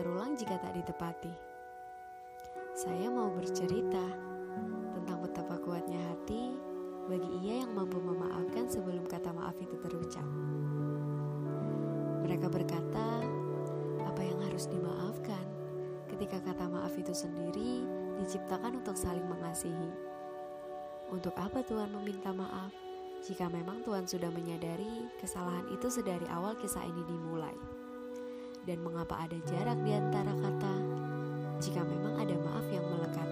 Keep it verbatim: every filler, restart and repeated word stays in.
terulang jika tak ditepati. Saya mau bercerita tentang betapa kuatnya hati bagi ia yang mampu memaafkan sebelum kata maaf itu terucap. Mereka berkata, apa yang harus dimaafkan ketika kata maaf itu sendiri diciptakan untuk saling mengasihi. Untuk apa Tuhan meminta maaf jika memang Tuhan sudah menyadari kesalahan itu sedari awal kisah ini dimulai? Dan mengapa ada jarak di antara kata jika memang ada maaf yang melekat?